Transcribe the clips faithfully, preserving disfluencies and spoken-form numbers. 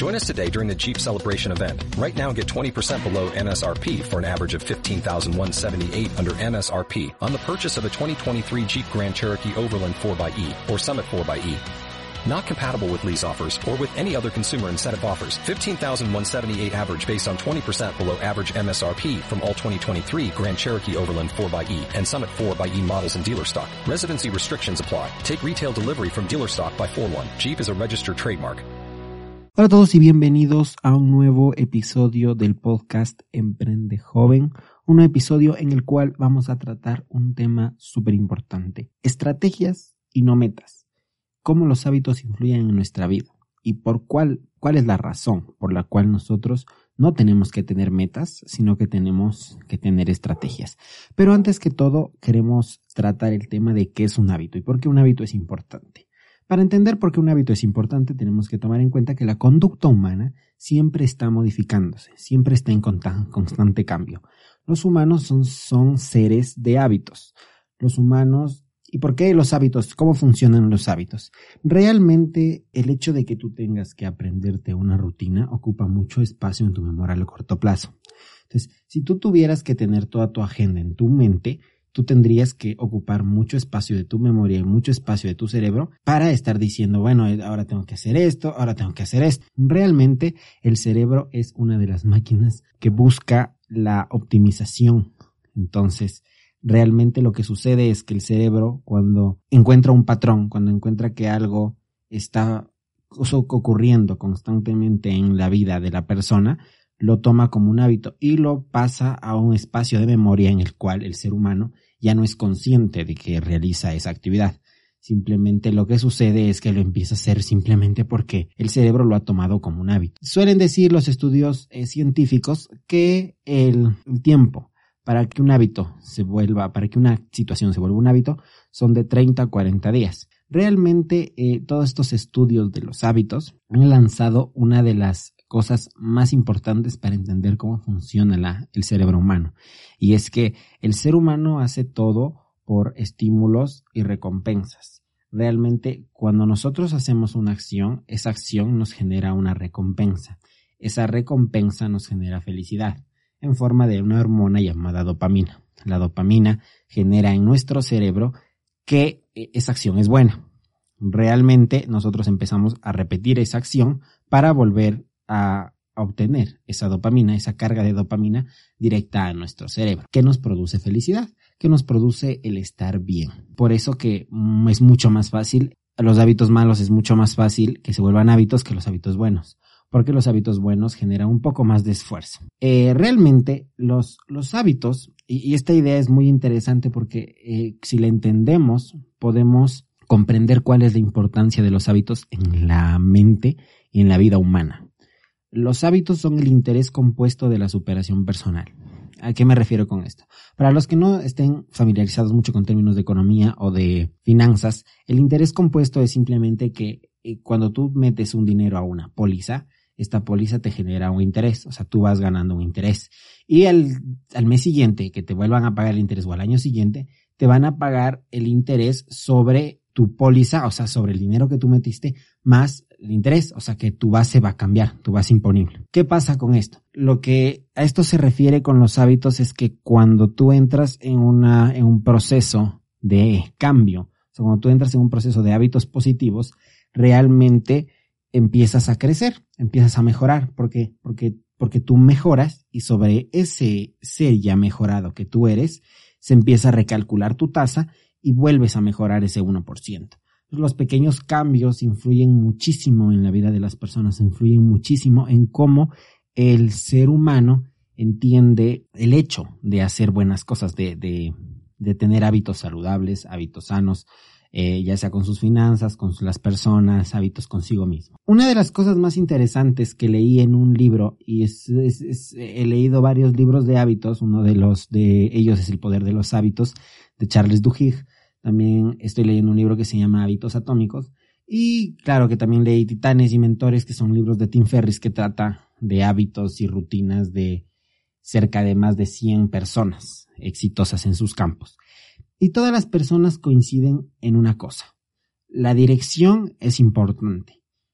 Join us today during the Jeep Celebration event. Right now, get twenty percent below M S R P for an average of fifteen thousand one hundred seventy-eight dollars under M S R P on the purchase of a twenty twenty-three Jeep Grand Cherokee Overland four by E or Summit four by E. Not compatible with lease offers or with any other consumer incentive offers. fifteen thousand one hundred seventy-eight dollars average based on twenty percent below average M S R P from all twenty twenty-three Grand Cherokee Overland four by E and Summit four by E models in dealer stock. Residency restrictions apply. Take retail delivery from dealer stock by four one. Jeep is a registered trademark. Hola a todos y bienvenidos a un nuevo episodio del podcast Emprende Joven, un episodio en el cual vamos a tratar un tema súper importante, estrategias y no metas, cómo los hábitos influyen en nuestra vida y por cuál, cuál es la razón por la cual nosotros no tenemos que tener metas, sino que tenemos que tener estrategias. Pero antes que todo queremos tratar el tema de qué es un hábito y por qué un hábito es importante. Para entender por qué un hábito es importante, tenemos que tomar en cuenta que la conducta humana siempre está modificándose, siempre está en constante cambio. Los humanos son, son seres de hábitos. Los humanos, ¿y por qué los hábitos? ¿Cómo funcionan los hábitos? Realmente el hecho de que tú tengas que aprenderte una rutina ocupa mucho espacio en tu memoria a corto plazo. Entonces, si tú tuvieras que tener toda tu agenda en tu mente, tú tendrías que ocupar mucho espacio de tu memoria y mucho espacio de tu cerebro para estar diciendo, bueno, ahora tengo que hacer esto, ahora tengo que hacer esto. Realmente el cerebro es una de las máquinas que busca la optimización. Entonces, realmente lo que sucede es que el cerebro, cuando encuentra un patrón, cuando encuentra que algo está ocurriendo constantemente en la vida de la persona, lo toma como un hábito y lo pasa a un espacio de memoria en el cual el ser humano ya no es consciente de que realiza esa actividad. Simplemente lo que sucede es que lo empieza a hacer simplemente porque el cerebro lo ha tomado como un hábito. Suelen decir los estudios eh, científicos que el, el tiempo para que un hábito se vuelva, para que una situación se vuelva un hábito son de treinta a cuarenta días. Realmente eh, todos estos estudios de los hábitos han lanzado una de las cosas más importantes para entender cómo funciona la, el cerebro humano. Y es que el ser humano hace todo por estímulos y recompensas. Realmente, cuando nosotros hacemos una acción, esa acción nos genera una recompensa. Esa recompensa nos genera felicidad en forma de una hormona llamada dopamina. La dopamina genera en nuestro cerebro que esa acción es buena. Realmente, nosotros empezamos a repetir esa acción para volver a obtener esa dopamina, esa carga de dopamina directa a nuestro cerebro, que nos produce felicidad, que nos produce el estar bien. Por eso que es mucho más fácil, los hábitos malos es mucho más fácil que se vuelvan hábitos que los hábitos buenos, porque los hábitos buenos generan un poco más de esfuerzo. Eh, realmente los, los hábitos, y, y esta idea es muy interesante porque eh, si la entendemos, podemos comprender cuál es la importancia de los hábitos en la mente y en la vida humana. Los hábitos son el interés compuesto de la superación personal. ¿A qué me refiero con esto? Para los que no estén familiarizados mucho con términos de economía o de finanzas, el interés compuesto es simplemente que eh, cuando tú metes un dinero a una póliza, esta póliza te genera un interés, o sea, tú vas ganando un interés. Y al, al mes siguiente que te vuelvan a pagar el interés o al año siguiente, te van a pagar el interés sobre tu póliza, o sea, sobre el dinero que tú metiste, más el interés, o sea que tu base va a cambiar, tu base imponible. ¿Qué pasa con esto? Lo que a esto se refiere con los hábitos es que cuando tú entras en una, en un proceso de cambio, o sea, cuando tú entras en un proceso de hábitos positivos, realmente empiezas a crecer, empiezas a mejorar. ¿Por qué? Porque, porque tú mejoras y sobre ese ser ya mejorado que tú eres, se empieza a recalcular tu tasa y vuelves a mejorar ese uno por ciento. Los pequeños cambios influyen muchísimo en la vida de las personas, influyen muchísimo en cómo el ser humano entiende el hecho de hacer buenas cosas, de, de, de tener hábitos saludables, hábitos sanos, eh, ya sea con sus finanzas, con las personas, hábitos consigo mismo. Una de las cosas más interesantes que leí en un libro, y es, es, es, he leído varios libros de hábitos, uno de los de ellos es El poder de los hábitos, de Charles Duhigg. También estoy leyendo un libro que se llama Hábitos Atómicos. Y claro que también leí Titanes y Mentores, que son libros de Tim Ferriss que trata de hábitos y rutinas de cerca de más de cien personas exitosas en sus campos. Y todas las personas coinciden en una cosa. La dirección es importante.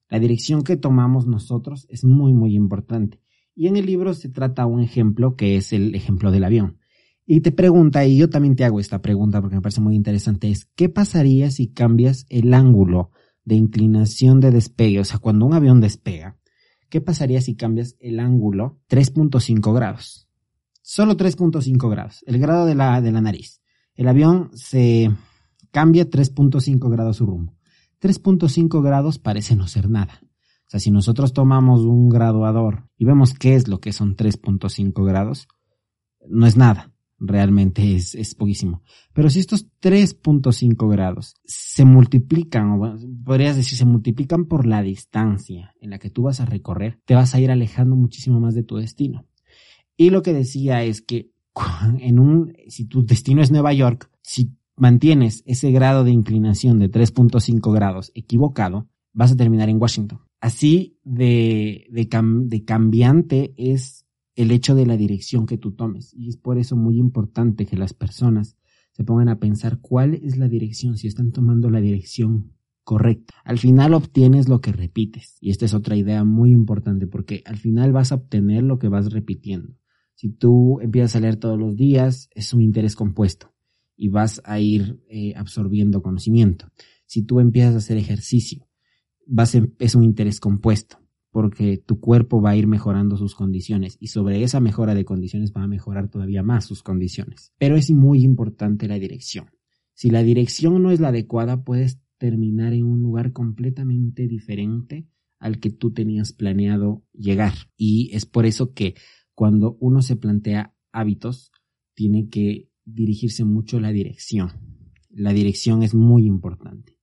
La dirección que tomamos nosotros es muy, muy importante. Y en el libro se trata un ejemplo que es el ejemplo del avión. Y te pregunta, y yo también te hago esta pregunta porque me parece muy interesante, es ¿qué pasaría si cambias el ángulo de inclinación de despegue? O sea, cuando un avión despega, ¿qué pasaría si cambias el ángulo tres punto cinco grados? Solo tres punto cinco grados, el grado de la, de la nariz. El avión se cambia tres punto cinco grados su rumbo. tres punto cinco grados parece no ser nada. O sea, si nosotros tomamos un graduador y vemos qué es lo que son tres punto cinco grados, no es nada. Realmente es, es poquísimo. Pero si estos tres punto cinco grados se multiplican, o podrías decir, se multiplican por la distancia en la que tú vas a recorrer, te vas a ir alejando muchísimo más de tu destino. Y lo que decía es que en un, si tu destino es Nueva York, si mantienes ese grado de inclinación de tres punto cinco grados equivocado, vas a terminar en Washington. Así de, de, cam, de cambiante es el hecho de la dirección que tú tomes. Y es por eso muy importante que las personas se pongan a pensar cuál es la dirección, si están tomando la dirección correcta. Al final obtienes lo que repites. Y esta es otra idea muy importante porque al final vas a obtener lo que vas repitiendo. Si tú empiezas a leer todos los días, es un interés compuesto y vas a ir eh, absorbiendo conocimiento. Si tú empiezas a hacer ejercicio, vas a, es un interés compuesto, porque tu cuerpo va a ir mejorando sus condiciones y sobre esa mejora de condiciones va a mejorar todavía más sus condiciones. Pero es muy importante la dirección. Si la dirección no es la adecuada, puedes terminar en un lugar completamente diferente al que tú tenías planeado llegar. Y es por eso que cuando uno se plantea hábitos, tiene que dirigirse mucho a la dirección. La dirección es muy importante.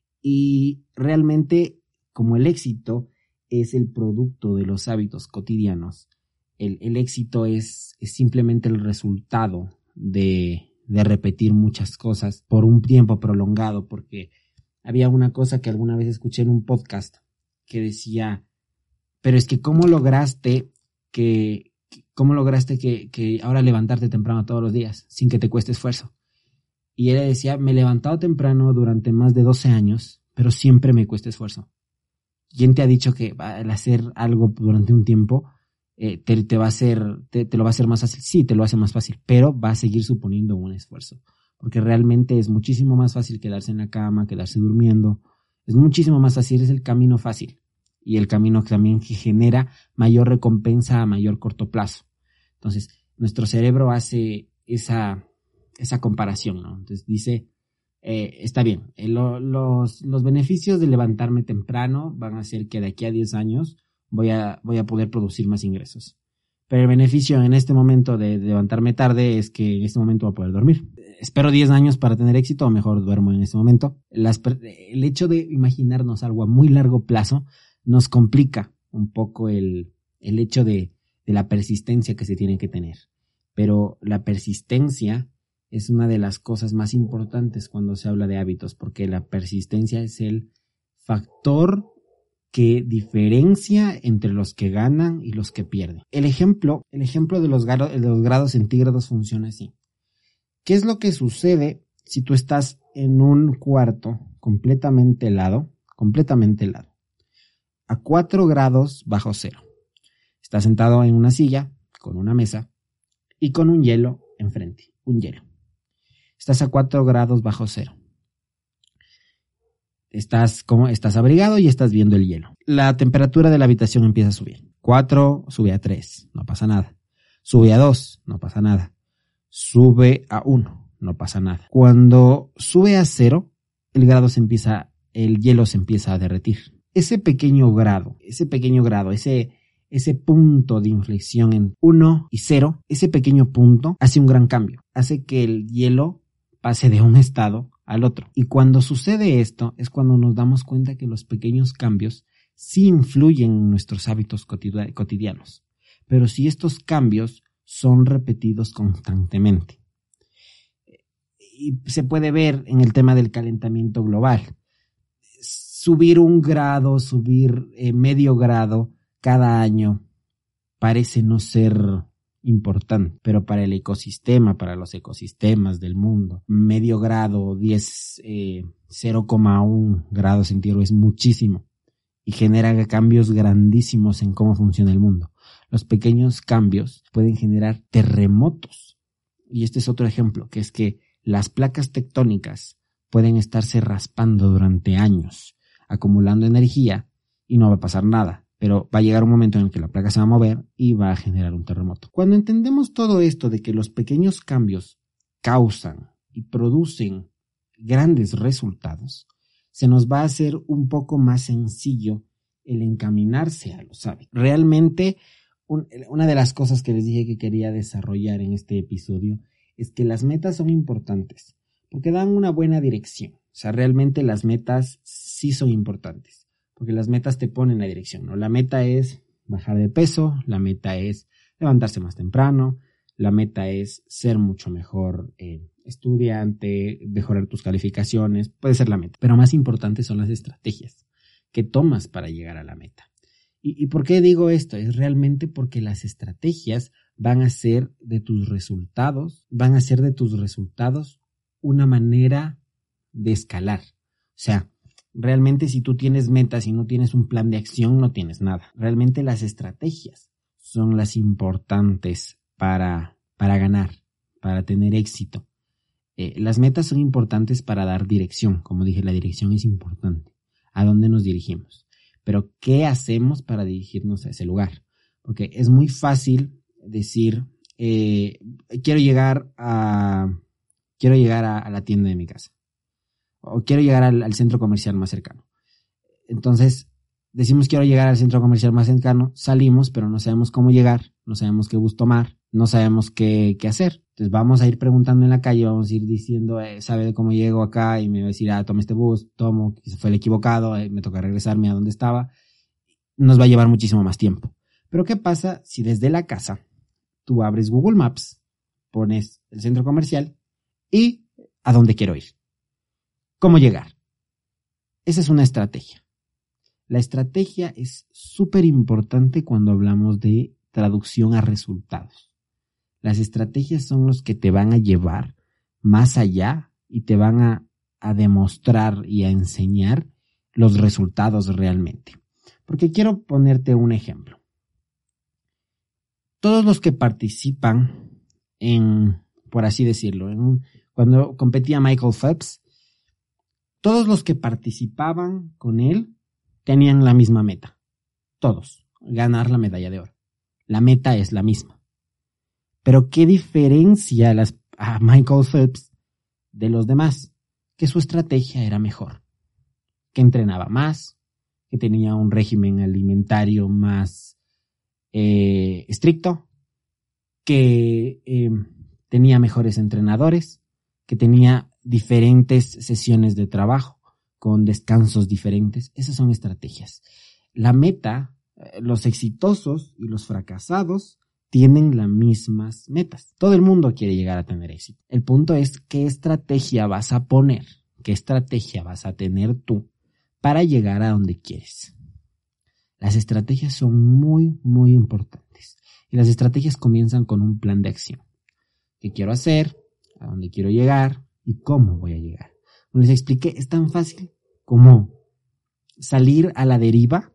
Y realmente, como el éxito es el producto de los hábitos cotidianos, el, el éxito es, es simplemente el resultado de, de repetir muchas cosas por un tiempo prolongado, porque había una cosa que alguna vez escuché en un podcast que decía, pero es que ¿cómo lograste que, cómo lograste que, que ahora levantarte temprano todos los días sin que te cueste esfuerzo? Y él decía, me he levantado temprano durante más de doce años, pero siempre me cuesta esfuerzo. ¿Quién te ha dicho que al hacer algo durante un tiempo eh, te, te va a hacer, te, te lo va a hacer más fácil? Sí, te lo hace más fácil, pero va a seguir suponiendo un esfuerzo. Porque realmente es muchísimo más fácil quedarse en la cama, quedarse durmiendo. Es muchísimo más fácil, es el camino fácil. Y el camino también que genera mayor recompensa a mayor corto plazo. Entonces, nuestro cerebro hace esa, esa comparación, ¿no? Entonces dice, eh, está bien, eh, lo, los, los beneficios de levantarme temprano van a hacer que de aquí a diez años voy a, voy a poder producir más ingresos. Pero el beneficio en este momento de, de levantarme tarde es que en este momento voy a poder dormir. Espero diez años para tener éxito, o mejor duermo en este momento. Las, el hecho de imaginarnos algo a muy largo plazo nos complica un poco el, el hecho de, de la persistencia que se tiene que tener. Pero la persistencia es una de las cosas más importantes cuando se habla de hábitos, porque la persistencia es el factor que diferencia entre los que ganan y los que pierden. El ejemplo, el ejemplo de los, grado, de los grados centígrados funciona así. ¿Qué es lo que sucede si tú estás en un cuarto completamente helado, completamente helado, a cuatro grados bajo cero? Estás sentado en una silla, con una mesa y con un hielo enfrente, un hielo. Estás a cuatro grados bajo cero. Estás como estás abrigado y estás viendo el hielo. La temperatura de la habitación empieza a subir. cuatro sube a tres, no pasa nada. Sube a dos, no pasa nada. Sube a uno, no pasa nada. Cuando sube a cero, el grado se empieza, el hielo se empieza a derretir. Ese pequeño grado, ese pequeño grado, ese, ese punto de inflexión en uno y cero, ese pequeño punto hace un gran cambio. Hace que el hielo pase de un estado al otro. Y cuando sucede esto es cuando nos damos cuenta que los pequeños cambios sí influyen en nuestros hábitos cotidianos. Pero si estos cambios son repetidos constantemente. Y se puede ver en el tema del calentamiento global. Subir un grado, subir eh, medio grado cada año parece no ser importante, pero para el ecosistema, para los ecosistemas del mundo, medio grado, diez, eh, cero coma uno grados centígrados es muchísimo. y genera cambios grandísimos en cómo funciona el mundo. Los pequeños cambios pueden generar terremotos. Y este es otro ejemplo, que es que las placas tectónicas pueden estarse raspando durante años, acumulando energía y no va a pasar nada. Pero va a llegar un momento en el que la placa se va a mover y va a generar un terremoto. Cuando entendemos todo esto de que los pequeños cambios causan y producen grandes resultados, se nos va a hacer un poco más sencillo el encaminarse a los hábitos. Realmente, un, una de las cosas que les dije que quería desarrollar en este episodio es que las metas son importantes porque dan una buena dirección. O sea, realmente las metas sí son importantes porque las metas te ponen la dirección, ¿no? La meta es bajar de peso, la meta es levantarse más temprano, la meta es ser mucho mejor eh, estudiante, mejorar tus calificaciones, puede ser la meta. Pero más importantes son las estrategias que tomas para llegar a la meta. ¿Y, y por qué digo esto? Es realmente porque las estrategias van a ser de tus resultados, van a ser de tus resultados una manera de escalar. O sea, realmente si tú tienes metas y no tienes un plan de acción, no tienes nada. Realmente las estrategias son las importantes para, para ganar, para tener éxito. Eh, las metas son importantes para dar dirección. Como dije, la dirección es importante. ¿A dónde nos dirigimos? Pero ¿qué hacemos para dirigirnos a ese lugar? Porque es muy fácil decir, eh, quiero llegar a, quiero llegar a, a la tienda de mi casa. O quiero llegar al, al centro comercial más cercano. Entonces, decimos quiero llegar al centro comercial más cercano, salimos, pero no sabemos cómo llegar, no sabemos qué bus tomar, no sabemos qué, qué hacer. Entonces vamos a ir preguntando en la calle, vamos a ir diciendo, eh, ¿sabe cómo llego acá? Y me va a decir, ah, toma este bus, tomo, quizá fue el equivocado, eh, me toca regresarme a donde estaba. Nos va a llevar muchísimo más tiempo. Pero ¿qué pasa si desde la casa tú abres Google Maps, pones el centro comercial y a dónde quiero ir? ¿Cómo llegar? Esa es una estrategia. La estrategia es súper importante cuando hablamos de traducción a resultados. Las estrategias son los que te van a llevar más allá y te van a, a demostrar y a enseñar los resultados realmente. Porque quiero ponerte un ejemplo. Todos los que participan en, por así decirlo, en, cuando competía Michael Phelps, todos los que participaban con él tenían la misma meta. Todos. Ganar la medalla de oro. La meta es la misma. Pero ¿qué diferencia a, las, a Michael Phelps de los demás? Que su estrategia era mejor. Que entrenaba más. Que tenía un régimen alimentario más eh, estricto. Que eh, tenía mejores entrenadores. Que tenía diferentes sesiones de trabajo con descansos diferentes. Esas son estrategias. La meta, los exitosos y los fracasados tienen las mismas metas. Todo el mundo quiere llegar a tener éxito. El punto es qué estrategia vas a poner, qué estrategia vas a tener tú para llegar a donde quieres. Las estrategias son muy, muy importantes. Y las estrategias comienzan con un plan de acción. ¿Qué quiero hacer? ¿A dónde quiero llegar? ¿Y cómo voy a llegar? Como les expliqué, es tan fácil como salir a la deriva,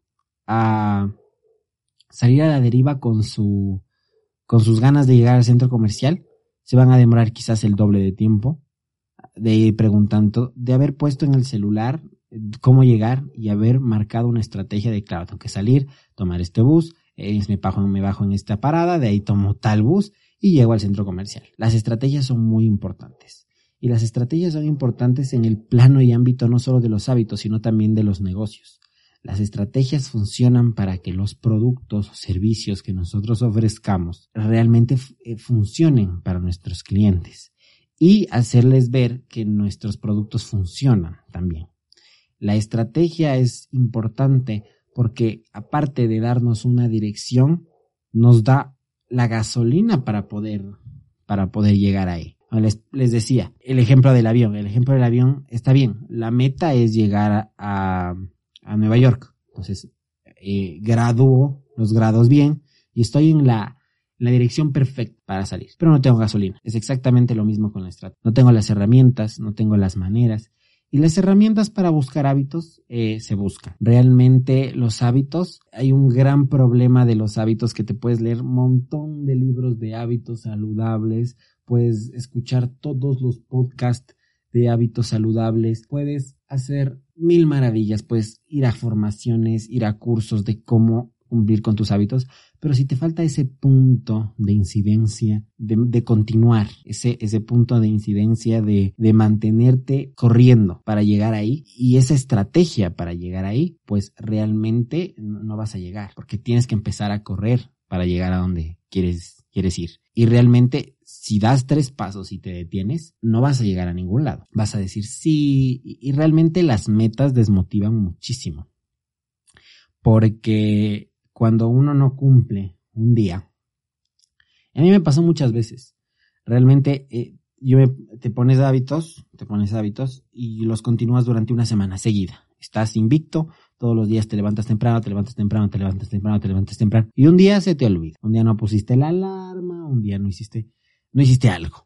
a salir a la deriva con su, con sus ganas de llegar al centro comercial. Se van a demorar quizás el doble de tiempo de ir preguntando, de haber puesto en el celular cómo llegar y haber marcado una estrategia de, claro, tengo que salir, tomar este bus, eh, me, bajo, me bajo en esta parada, de ahí tomo tal bus y llego al centro comercial. Las estrategias son muy importantes. Y las estrategias son importantes en el plano y ámbito no solo de los hábitos, sino también de los negocios. Las estrategias funcionan para que los productos o servicios que nosotros ofrezcamos realmente f- funcionen para nuestros clientes y hacerles ver que nuestros productos funcionan también. La estrategia es importante porque aparte de darnos una dirección, nos da la gasolina para poder, para poder llegar ahí. Les, les decía, el ejemplo del avión. El ejemplo del avión está bien. La meta es llegar a, a Nueva York. Entonces, eh, gradúo los grados bien y estoy en la, la dirección perfecta para salir. Pero no tengo gasolina. Es exactamente lo mismo con la estrategia. No tengo las herramientas, no tengo las maneras. Y las herramientas para buscar hábitos eh, se buscan. Realmente los hábitos, hay un gran problema de los hábitos que te puedes leer un montón de libros de hábitos saludables, puedes escuchar todos los podcasts de hábitos saludables, puedes hacer mil maravillas, puedes ir a formaciones, ir a cursos de cómo cumplir con tus hábitos, pero si te falta ese punto de incidencia, de, de continuar, ese, ese punto de incidencia de, de mantenerte corriendo para llegar ahí, y esa estrategia para llegar ahí, pues realmente no vas a llegar, porque tienes que empezar a correr para llegar a donde quieres, quieres ir. Y realmente, si das tres pasos y te detienes, no vas a llegar a ningún lado. Vas a decir sí, y realmente las metas desmotivan muchísimo, porque cuando uno no cumple un día, a mí me pasó muchas veces, realmente eh, yo me, te pones hábitos, te pones hábitos y los continúas durante una semana seguida. Estás invicto, todos los días te levantas temprano, te levantas temprano, te levantas temprano, te levantas temprano, y un día se te olvida, un día no pusiste la alarma, un día no hiciste, no hiciste algo.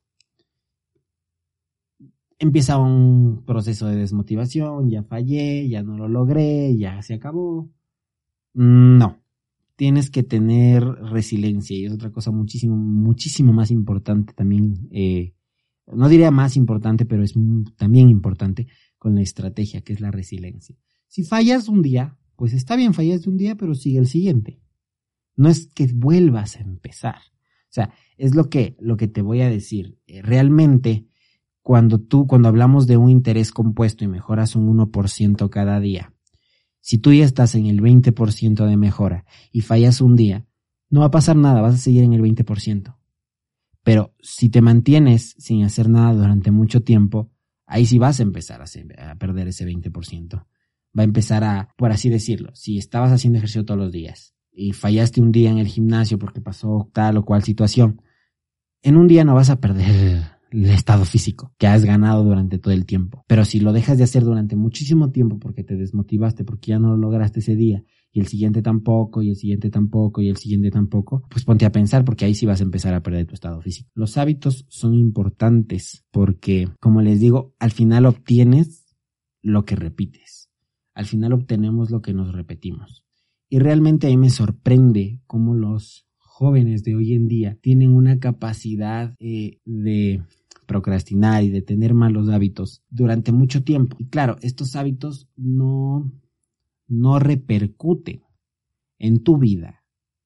Empieza un proceso de desmotivación, ya fallé, ya no lo logré, ya se acabó. No. Tienes que tener resiliencia, y es otra cosa muchísimo, muchísimo más importante también, eh, no diría más importante, pero es también importante con la estrategia, que es la resiliencia. Si fallas un día, pues está bien, fallaste un día, pero sigue el siguiente. No es que vuelvas a empezar. O sea, es lo que, lo que te voy a decir. Eh, realmente, cuando tú, cuando hablamos de un interés compuesto y mejoras un uno por ciento cada día, si tú ya estás en el veinte por ciento de mejora y fallas un día, no va a pasar nada, vas a seguir en el veinte por ciento. Pero si te mantienes sin hacer nada durante mucho tiempo, ahí sí vas a empezar a, hacer, a perder ese veinte por ciento. Va a empezar a, por así decirlo, si estabas haciendo ejercicio todos los días y fallaste un día en el gimnasio porque pasó tal o cual situación, en un día no vas a perder el estado físico que has ganado durante todo el tiempo. Pero si lo dejas de hacer durante muchísimo tiempo porque te desmotivaste, porque ya no lo lograste ese día, y el siguiente tampoco, y el siguiente tampoco, y el siguiente tampoco, pues ponte a pensar, porque ahí sí vas a empezar a perder tu estado físico. Los hábitos son importantes porque, como les digo, al final obtienes lo que repites. Al final obtenemos lo que nos repetimos. Y realmente a mí me sorprende cómo los jóvenes de hoy en día tienen una capacidad eh, de procrastinar y de tener malos hábitos durante mucho tiempo. Y claro, estos hábitos no, no repercuten en tu vida.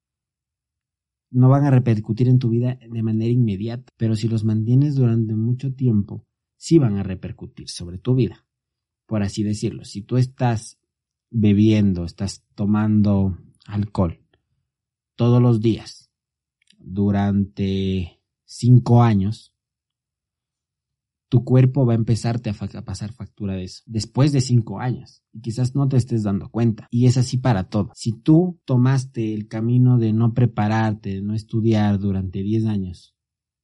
No van a repercutir en tu vida de manera inmediata, pero si los mantienes durante mucho tiempo, sí van a repercutir sobre tu vida. Por así decirlo, si tú estás bebiendo, estás tomando alcohol todos los días durante cinco años, tu cuerpo va a empezarte a, fa- a pasar factura de eso después de cinco años y quizás no te estés dando cuenta. Y es así para todo. Si tú tomaste el camino de no prepararte, de no estudiar durante diez años,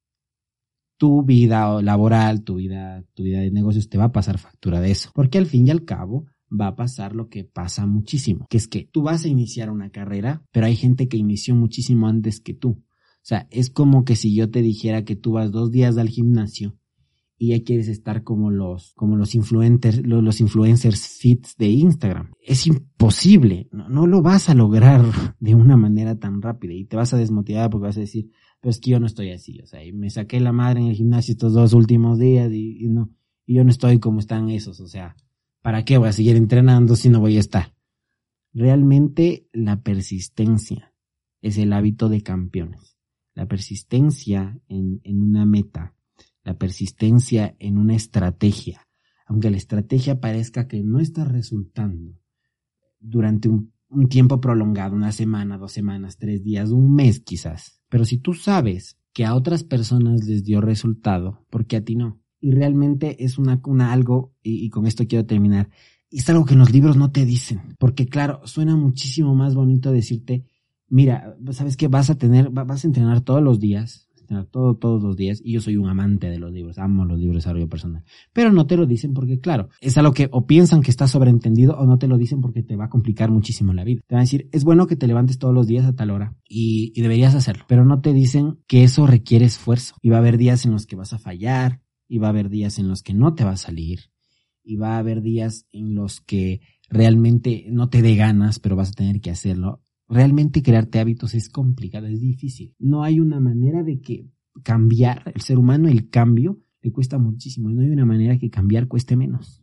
tu vida laboral, tu vida, tu vida de negocios te va a pasar factura de eso. Porque al fin y al cabo va a pasar lo que pasa muchísimo, que es que tú vas a iniciar una carrera, pero hay gente que inició muchísimo antes que tú. O sea, es como que si yo te dijera que tú vas dos días al gimnasio y ya quieres estar como los, como los influencers, los, los influencers fits de Instagram. Es imposible, no, no lo vas a lograr de una manera tan rápida y te vas a desmotivar porque vas a decir, pero es que yo no estoy así, o sea, y me saqué la madre en el gimnasio estos dos últimos días y, y no, y yo no estoy como están esos, o sea, ¿para qué voy a seguir entrenando si no voy a estar? Realmente la persistencia es el hábito de campeones. La persistencia en, en una meta, la persistencia en una estrategia, aunque la estrategia parezca que no está resultando durante un, un tiempo prolongado, una semana, dos semanas, tres días, un mes quizás. Pero si tú sabes que a otras personas les dio resultado, ¿por qué a ti no? Y realmente es una, una algo, y, y con esto quiero terminar, es algo que en los libros no te dicen. Porque claro, suena muchísimo más bonito decirte, mira, ¿sabes qué? Vas a tener, vas a entrenar todos los días, todo, todos los días, y yo soy un amante de los libros, amo los libros de desarrollo personal, pero no te lo dicen porque claro, es algo que o piensan que está sobreentendido o no te lo dicen porque te va a complicar muchísimo la vida. Te van a decir, es bueno que te levantes todos los días a tal hora y, y deberías hacerlo, pero no te dicen que eso requiere esfuerzo y va a haber días en los que vas a fallar y va a haber días en los que no te va a salir y va a haber días en los que realmente no te dé ganas, pero vas a tener que hacerlo. Realmente crearte hábitos es complicado, es difícil. No hay una manera de que cambiar, el ser humano, el cambio, le cuesta muchísimo. No hay una manera que cambiar cueste menos.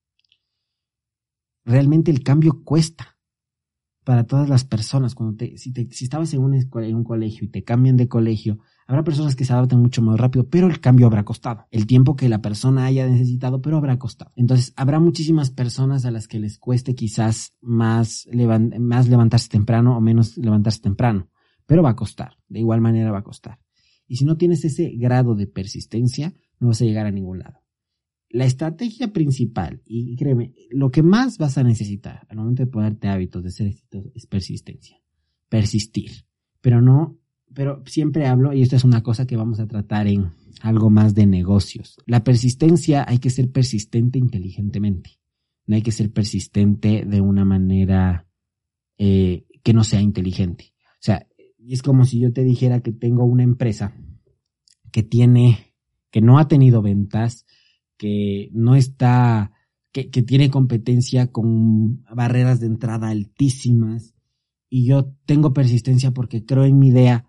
Realmente el cambio cuesta para todas las personas. Cuando te, si, te, si estabas en, una escuela, en un colegio y te cambian de colegio, habrá personas que se adapten mucho más rápido, pero el cambio habrá costado. El tiempo que la persona haya necesitado, pero habrá costado. Entonces, habrá muchísimas personas a las que les cueste quizás más, levant- más levantarse temprano o menos levantarse temprano, pero va a costar. De igual manera va a costar. Y si no tienes ese grado de persistencia, no vas a llegar a ningún lado. La estrategia principal, y créeme, lo que más vas a necesitar al momento de ponerte hábitos de ser exitoso es persistencia. Persistir. Pero no, pero siempre hablo, y esto es una cosa que vamos a tratar en algo más de negocios. La persistencia hay que ser persistente inteligentemente. No hay que ser persistente de una manera eh, que no sea inteligente. O sea, es como si yo te dijera que tengo una empresa que tiene, que no ha tenido ventas, que no está, que, que tiene competencia con barreras de entrada altísimas, y yo tengo persistencia porque creo en mi idea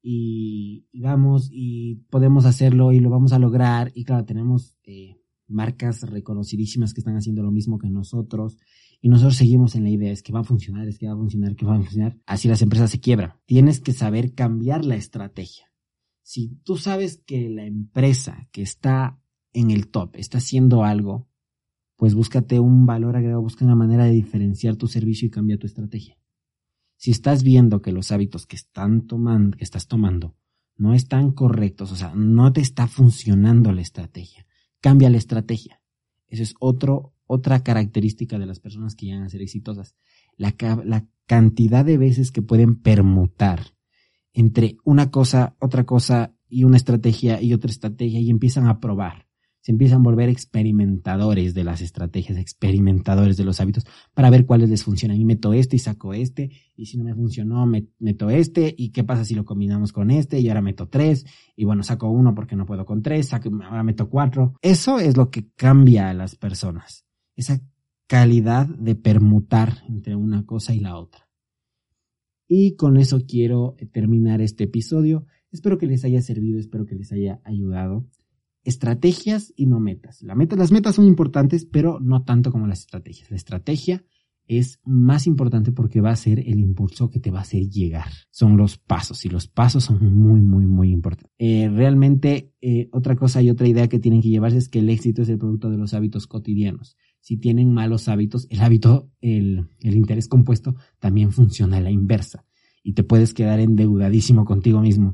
y, y vamos y podemos hacerlo y lo vamos a lograr. Y claro, tenemos eh, marcas reconocidísimas que están haciendo lo mismo que nosotros y nosotros seguimos en la idea, es que va a funcionar, es que va a funcionar, que va a funcionar. Así las empresas se quiebran. Tienes que saber cambiar la estrategia. Si tú sabes que la empresa que está en el top está haciendo algo, pues búscate un valor agregado, busca una manera de diferenciar tu servicio y cambia tu estrategia. Si estás viendo que los hábitos que están tomando, que estás tomando no están correctos, o sea, no te está funcionando la estrategia, cambia la estrategia. Eso es otro, otra característica de las personas que llegan a ser exitosas. La, la cantidad de veces que pueden permutar entre una cosa, otra cosa y una estrategia y otra estrategia y empiezan a probar. Se empiezan a volver experimentadores de las estrategias, experimentadores de los hábitos para ver cuáles les funcionan. Y meto este y saco este, y si no me funcionó, me, meto este, y qué pasa si lo combinamos con este, y ahora meto tres, y bueno, saco uno porque no puedo con tres, saco, ahora meto cuatro. Eso es lo que cambia a las personas, esa calidad de permutar entre una cosa y la otra. Y con eso quiero terminar este episodio. Espero que les haya servido, espero que les haya ayudado. Estrategias y no metas. La meta, las metas son importantes, pero no tanto como las estrategias. La estrategia es más importante porque va a ser el impulso que te va a hacer llegar. Son los pasos, y los pasos son muy, muy, muy importantes. Eh, realmente, eh, otra cosa y otra idea que tienen que llevarse es que el éxito es el producto de los hábitos cotidianos. Si tienen malos hábitos, el hábito, el, el interés compuesto también funciona a la inversa. Y te puedes quedar endeudadísimo contigo mismo.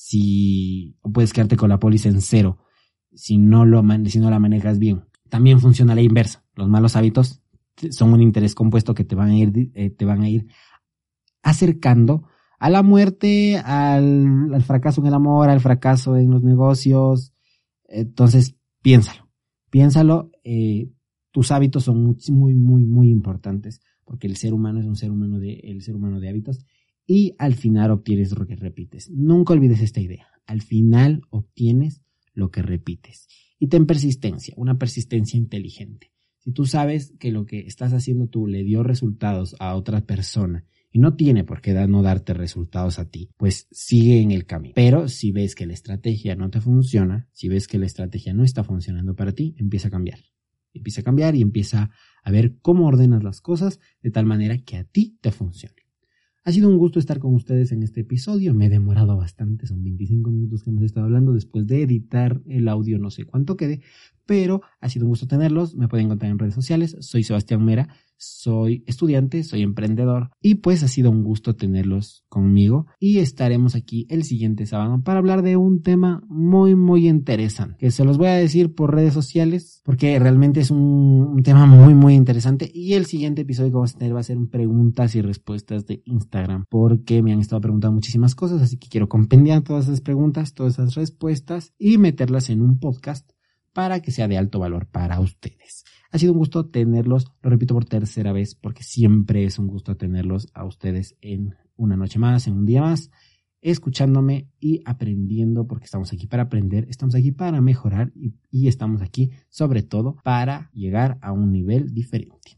Si, o puedes quedarte con la póliza en cero. Si no, lo, si no la manejas bien. También funciona la inversa. Los malos hábitos son un interés compuesto que te van a ir, eh, te van a ir acercando a la muerte, al, al fracaso en el amor, al fracaso en los negocios. Entonces, piénsalo. Piénsalo. Eh, tus hábitos son muy, muy, muy, muy importantes porque el ser humano es un ser humano de, el ser humano de hábitos, y al final obtienes lo que repites. Nunca olvides esta idea. Al final obtienes lo que repites. Y ten persistencia, una persistencia inteligente. Si tú sabes que lo que estás haciendo tú le dio resultados a otra persona y no tiene por qué no darte resultados a ti, pues sigue en el camino. Pero si ves que la estrategia no te funciona, si ves que la estrategia no está funcionando para ti, empieza a cambiar. Empieza a cambiar y empieza a ver cómo ordenas las cosas de tal manera que a ti te funcione. Ha sido un gusto estar con ustedes en este episodio. Me he demorado bastante, son veinticinco minutos que hemos estado hablando después de editar el audio, no sé cuánto quede, pero ha sido un gusto tenerlos. Me pueden encontrar en redes sociales. Soy Sebastián Mera, soy estudiante, soy emprendedor y pues ha sido un gusto tenerlos conmigo, y estaremos aquí el siguiente sábado para hablar de un tema muy muy interesante que se los voy a decir por redes sociales porque realmente es un, un tema muy muy interesante. Y el siguiente episodio que vamos a tener va a ser preguntas y respuestas de Instagram porque me han estado preguntando muchísimas cosas, así que quiero compendiar todas esas preguntas, todas esas respuestas y meterlas en un podcast para que sea de alto valor para ustedes. Ha sido un gusto tenerlos, lo repito por tercera vez, porque siempre es un gusto tenerlos a ustedes en una noche más, en un día más. escuchándome y aprendiendo, porque estamos aquí para aprender, estamos aquí para mejorar y, y estamos aquí sobre todo para llegar a un nivel diferente.